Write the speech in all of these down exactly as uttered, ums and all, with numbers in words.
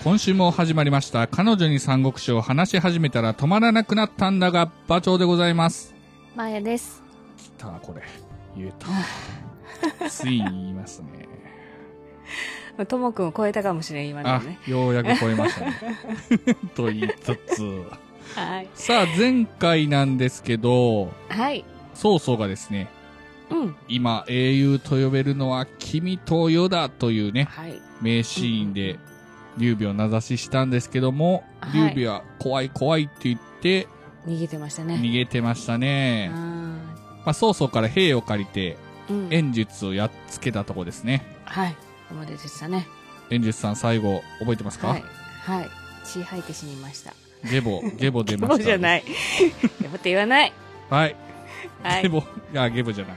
今週も始まりました。彼女に三国志を話し始めたら止まらなくなったんだが、馬長でございます。 まやです。 来た、これ。言えた。ついに言いますね。 ともくんを超えたかもしれん、今のね。 あ、ようやく超えましたね。と言いつつ。 はい。 さあ、前回なんですけど、 はい。 曹操がですね、 うん。 今、英雄と呼べるのは君と余だというね、 はい。 名シーンで、劉備を名指ししたんですけども、 はい、 劉備は怖い怖いって言って、 逃げてましたね。 逃げてましたね。 あまあ、曹操から兵を借りて、 うん、 演術をやっつけたとこですね。 はい。ここまででしたね。 演術さん最後、覚えてますか？ はい。はい。血吐いて死にました。 ゲボ、ゲボ出ました。 ゲボじゃない。ゲボって言わない。 はい。 はい、 ゲボ、あ、ゲボじゃない。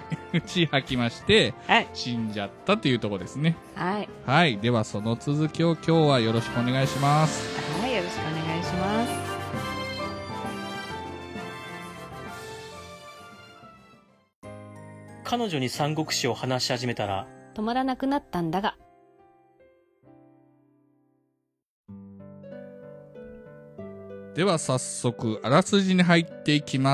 血吐きまして、 はい、 死んじゃったというところですね。 はい。 はい。では、その続きを今日はよろしくお願いします。 はい。よろしくお願いします。 彼女に三国志を話し始めたら止まらなくなったんだが。 では早速あらすじに入っていきます。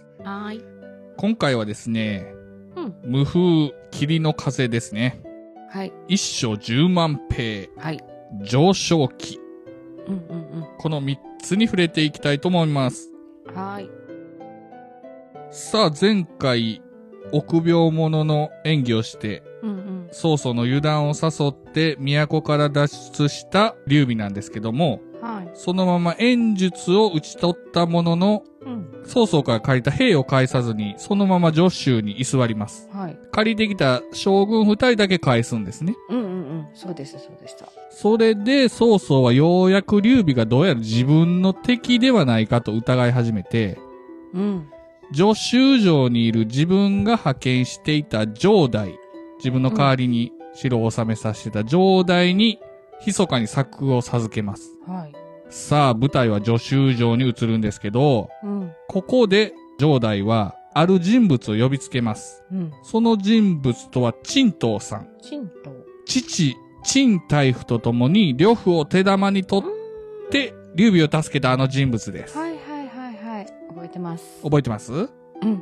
はい。 今回はですね、 うん、 無風霧の風ですね。 はい。 一所十万兵。 はい。 上昇期。 うんうんうん。 この三つに触れていきたいと思います。 はい。 さあ前回臆病者の演技をして、 うんうん、 曹操の油断を誘って都から脱出した劉備なんですけども、 はい、 そのまま演術を討ち取ったものの、うん、曹操から借りた兵を返さずにそのまま徐州に居座ります、はい、借りてきた将軍二人だけ返すんですね。 うんうんうん、そうですそうでした。 それで曹操はようやく劉備がどうやら自分の敵ではないかと疑い始めて、うん、徐州城にいる自分が派遣していた城代、自分の代わりに城を治めさせてた城代に密かに策を授けます。はい。さあ、舞台は徐州城に移るんですけど、うん、ここで城代はある人物を呼びつけます。うん、その人物とは陳東さん。 陳東。 父、陳大夫と共に呂布を手玉に取って劉備を助けたあの人物です。 はいはいはいはい。覚えてます。 覚えてます？うん。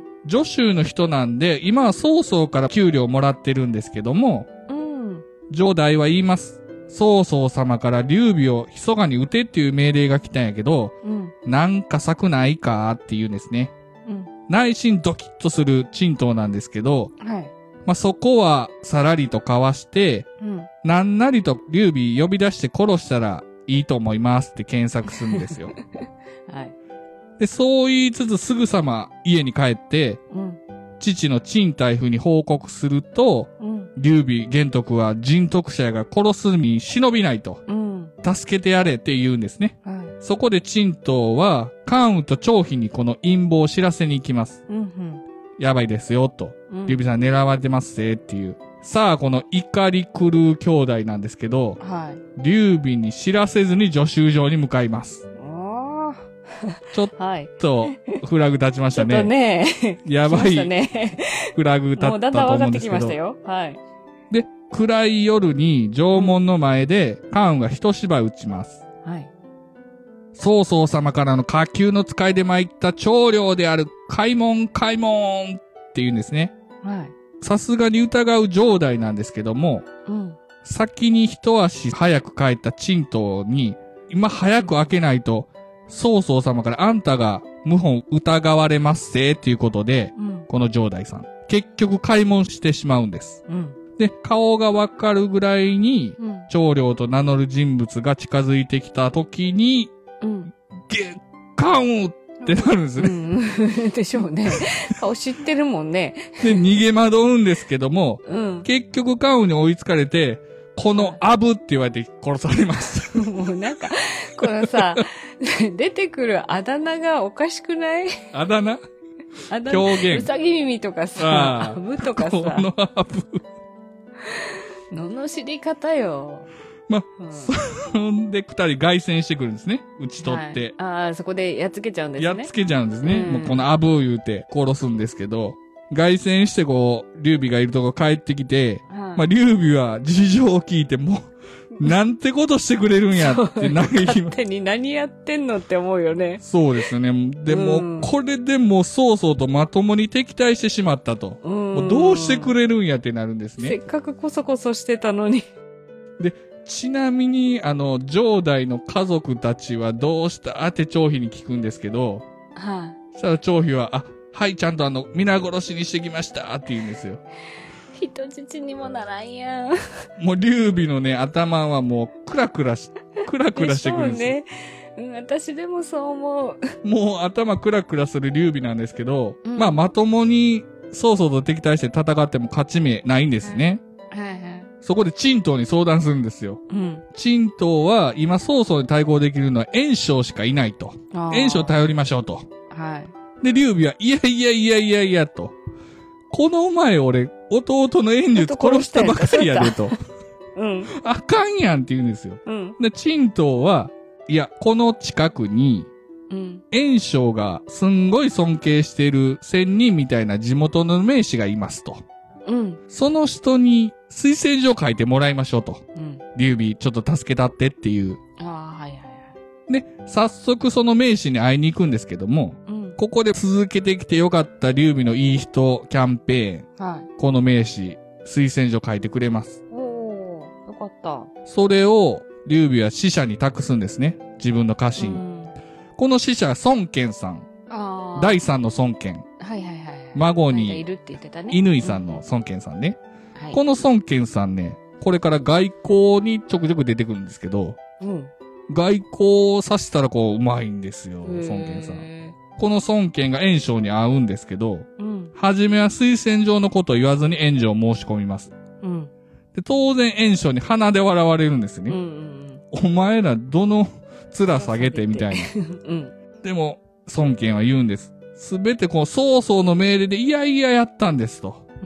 徐州の人なんで、今は曹操から給料もらってるんですけども、うん。城代は言います。曹操様から劉備を密かに撃てっていう命令が来たんやけど、うん。なんか策ないかって言うんですね。うん。内心ドキッとする陳東なんですけど、はい。まあ、そこはさらりとかわして、うん。なんなりと劉備呼び出して殺したらいいと思いますって検索するんですよ。はい。で、そう言いつつすぐさま家に帰って、うん、父の陳大夫に報告すると、うん、劉備玄徳は人徳者が殺すに忍びないと、うん、助けてやれって言うんですね。はい、そこで陳東は関羽と張飛にこの陰謀を知らせに行きます。うんうん、やばいですよと、うん、劉備さん狙われてますぜっていう。さあこの怒り狂う兄弟なんですけど、はい、劉備に知らせずに徐州城に向かいます。ちょっと、フラグ立ちましたね。 ちょっとね。 やばい。フラグ立ったと思うんですけど。もうだんだん分かってきましたよ。はい。 で、暗い夜に城門の前で関羽が一芝居打ちます。はい。曹操様からの下級の使いで参った長領である開門開門って言うんですね。はい。さすがに疑う城代なんですけども、うん。先に一足早く帰った陳東に、今早く開けないと、曹操様からあんたが謀反疑われますぜっていうことで、うん、この城代さん。結局開門してしまうんです。うん、で、顔がわかるぐらいに、うん、長領と名乗る人物が近づいてきた時に、うん、ゲッカンってなるんですね。 うん、でしょうね。顔知ってるもんね。 で、逃げ惑うんですけども、うん、結局関羽に追いつかれて、このアブって言われて殺されます。 もうなんか、このさ、出てくるあだ名がおかしくない？ あだ名？ あだ名。表現。うさぎ耳とかさ、アブとかさ。このアブ。 罵り方よ。 ま、うん、そんで二人凱旋してくるんですね。打ち取って。 はい、ああ、そこでやっつけちゃうんですね。 やっつけちゃうんですね。うん、もうこのアブを言うて殺すんですけど、凱旋してこう、劉備がいるとこ帰ってきて、はい、まあ、劉備は事情を聞いてもう、 なんてことしてくれるんやって嘆きます。 勝手に何やってんのって思うよね。 そうですよね。でも、うん、これでもう曹操とまともに敵対してしまったと。うん、もうどうしてくれるんやってなるんですね。 せっかくこそこそしてたのに。 で、ちなみに、あの、上代の家族たちはどうしたって張飛に聞くんですけど、はい。そしたら張飛は、あ、はい、ちゃんとあの、皆殺しにしてきましたって言うんですよ。 人質にもならんやん。 もう劉備のね、頭はもう、クラクラし、クラクラしてくるんですよ。ね。 うん、私でもそう思う。もう頭クラクラする劉備なんですけど、うん、まあまともに曹操と敵対して戦っても勝ち目ないんですね。はいはいはい。そこで陳東に相談するんですよ。うん。陳東は今曹操に対抗できるのは袁紹しかいないと。袁紹頼りましょうと。はい。で、劉備は、いやいやいやいやいやと。この前俺、弟の袁術殺したばかりやでと。うん。あかんやんって言うんですよ。うん。で、陳東は、いや、この近くに、うん。袁紹がすんごい尊敬している仙人みたいな地元の名士がいますと。うん。その人に推薦状書いてもらいましょうと。うん。劉備、ちょっと助けたってっていう。ああ、はいはいはい。で、早速その名士に会いに行くんですけども、うん。ここで続けてきてよかった劉備のいい人キャンペーン。はい。この名士、推薦状書いてくれます。 おー、よかった。 それを、劉備は使者に託すんですね。自分の家臣。うん、この使者は孫権さん。あ第三の孫権。はいはいはい。孫に、乾さんの孫権さんね。うんはい、この孫権さんね、これから外交にちょくちょく出てくるんですけど、うん、外交させたらこう、うまいんですよ、孫権さん。この孫権が袁紹に会うんですけど、うん、初めは推薦状のことを言わずに援助を申し込みます。うん、で当然袁紹に鼻で笑われるんですよね。うんうんうん、お前らどの面下げてみたいな。うん、でも、孫権は言うんです。すべてこの曹操の命令でいやいややったんですと。うん、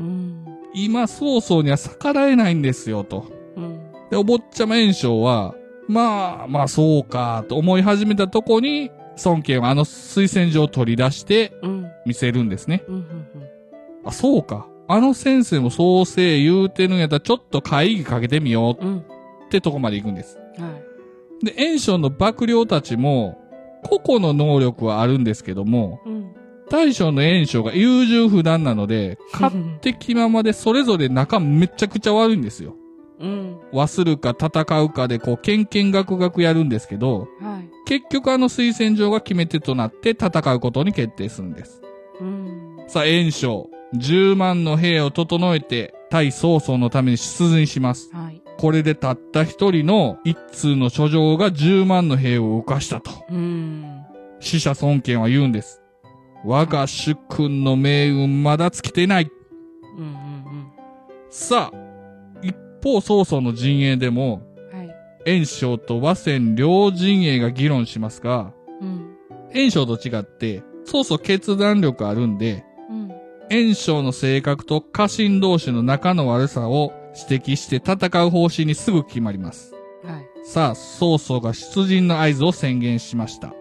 今曹操には逆らえないんですよと。うん、で、お坊ちゃま袁紹は、まあ、まあそうかと思い始めたとこに、孫権はあの推薦状を取り出して見せるんですね。うんうんうんうん、あ、そうか。あの先生もそうせい言うてるんやったらちょっと会議かけてみようってとこまで行くんです。はい、で、袁紹の幕僚たちも個々の能力はあるんですけども、うん、大将の袁紹が優柔不断なので、勝手気ままでそれぞれ仲めちゃくちゃ悪いんですよ。うん。忘るか戦うかでこう、けんけんがくがくやるんですけど、はい、結局あの推薦状が決め手となって戦うことに決定するんです。うん、さあ、袁紹、じゅうまんの兵を整えて、対曹操のために出陣します。はい、これでたった一人の一通の書状がじゅうまんの兵を動かしたと。うん、使者孫権は言うんです。我が主君の命運まだ尽きてない。うんうんうん、さあ、一方曹操の陣営でも、袁紹と和泉両陣営が議論しますが、うん、袁紹と違って、曹操決断力あるんで、うん、袁紹の性格と家臣同士の仲の悪さを指摘して戦う方針にすぐ決まります。はい、さあ、曹操が出陣の合図を宣言しました。はい、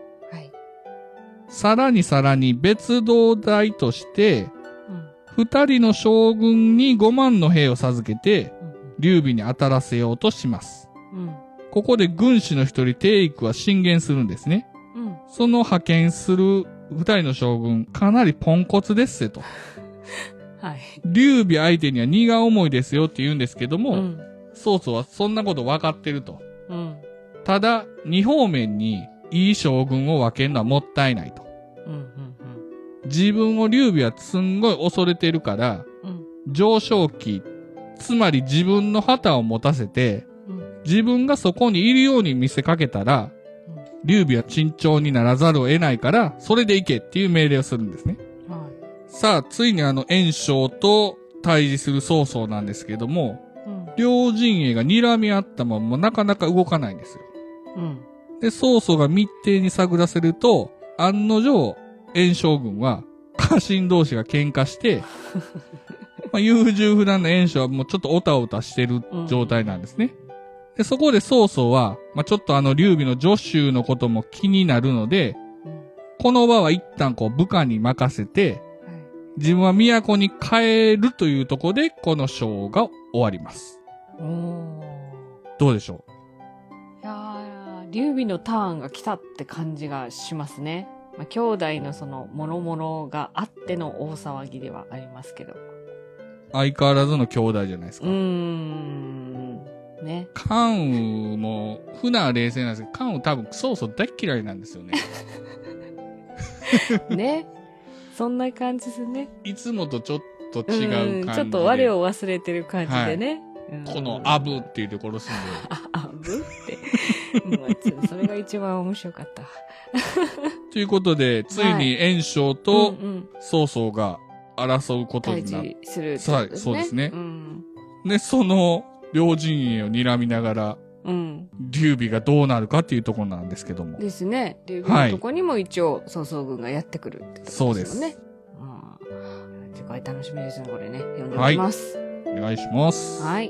さらにさらに別動隊として、二、うん、人の将軍にごまんの兵を授けて、うん、劉備に当たらせようとします。うんここで軍師の一人、帝育は進言するんですね。うん、その派遣する二人の将軍、かなりポンコツですせと。はい。劉備相手には荷が重いですよって言うんですけども、うん、曹操はそんなこと分かってると。うん、ただ、二方面にいい将軍を分けるのはもったいないと。うんうんうん、自分を劉備はすんごい恐れてるから、うん、上昇期、つまり自分の旗を持たせて、自分がそこにいるように見せかけたら、劉備は慎重にならざるを得ないから、それで行けっていう命令をするんですね。はい、さあ、ついにあの、袁紹と対峙する曹操なんですけども、うん、両陣営が睨み合ったままなかなか動かないんですよ。うん、で、曹操が密偵に探らせると、案の定、袁紹軍は家臣同士が喧嘩して、まあ、優柔不断な袁紹はもうちょっとオタオタしてる状態なんですね。うんで、そこで曹操は、まあ、ちょっとあの、劉備の助手のことも気になるので、うん、この場は一旦こう、部下に任せて、はい、自分は都に帰るというところで、この章が終わります。どうでしょう劉備のターンが来たって感じがしますね。まあ、兄弟のその諸々があっての大騒ぎではありますけど。 相変わらずの兄弟じゃないですか。 うーん。ね。 関羽も、普段は冷静なんですけど、関羽多分曹操大っ嫌いなんですよね。 ね。そんな感じですね。 いつもとちょっと違う感じで。 ちょっと我を忘れてる感じでね。はいうん、このアブっていうところ住んでる。 あ、アブって。それが一番面白かった。 ということで、ついに袁紹と曹操が争うことになる。 対峙する、ね。 そうですね。うん、で、その両陣営を睨みながら、うん、劉備がどうなるかっていうところなんですけども。 ですね。劉備のとこにも一応曹操軍がやってくるってことですよね。そうです。うん、次回楽しみですね、これね。読んでみます。 はい、お願いします。 はい。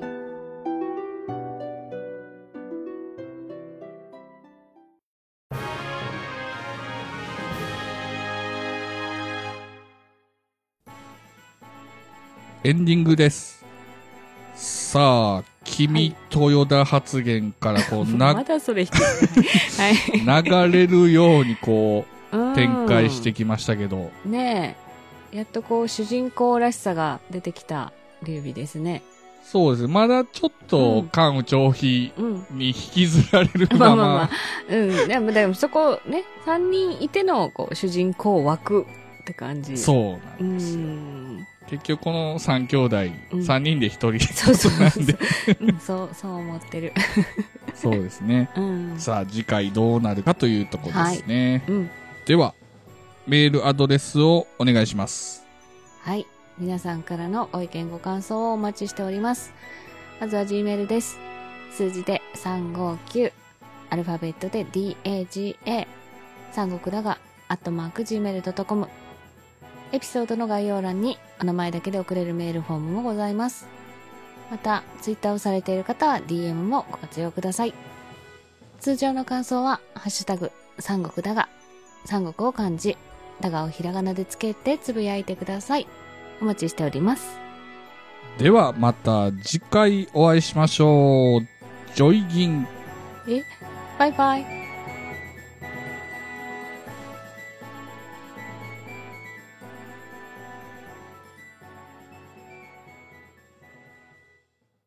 エンディングです。さあ、君豊田発言からこうな、 まだそれ引きはい流れるようにこう展開してきましたけど。 ねえ。やっとこう主人公らしさが出てきた劉備ですね。 そうですね。まだちょっと関羽張飛に引きずられるまま。まあまあまあ。 うん。でも、でもそこね、三人いてのこう主人公枠って感じ。 そうなんですよ。結局この三兄弟、うん、三人で一人そうそうなんで、うん、そうそう思ってる。 そうですね、うん。さあ次回どうなるかというところですね。 はいうん、 ではメールアドレスをお願いします。 はい、皆さんからのご意見ご感想をお待ちしております。まずは G メールです。数字でさんごきゅう、アルファベットで ダガ、三国だがアットマーク ジーメールドットコム。エピソードの概要欄にお名前だけで送れるメールフォームもございます。また、ツイッターをされている方は ディーエム もご活用ください。通常の感想は、ハッシュタグ、三国だが、三国を漢字、だがをひらがなでつけてつぶやいてください。お待ちしております。 では、また次回お会いしましょう。ジョイギン。 え、バイバイ。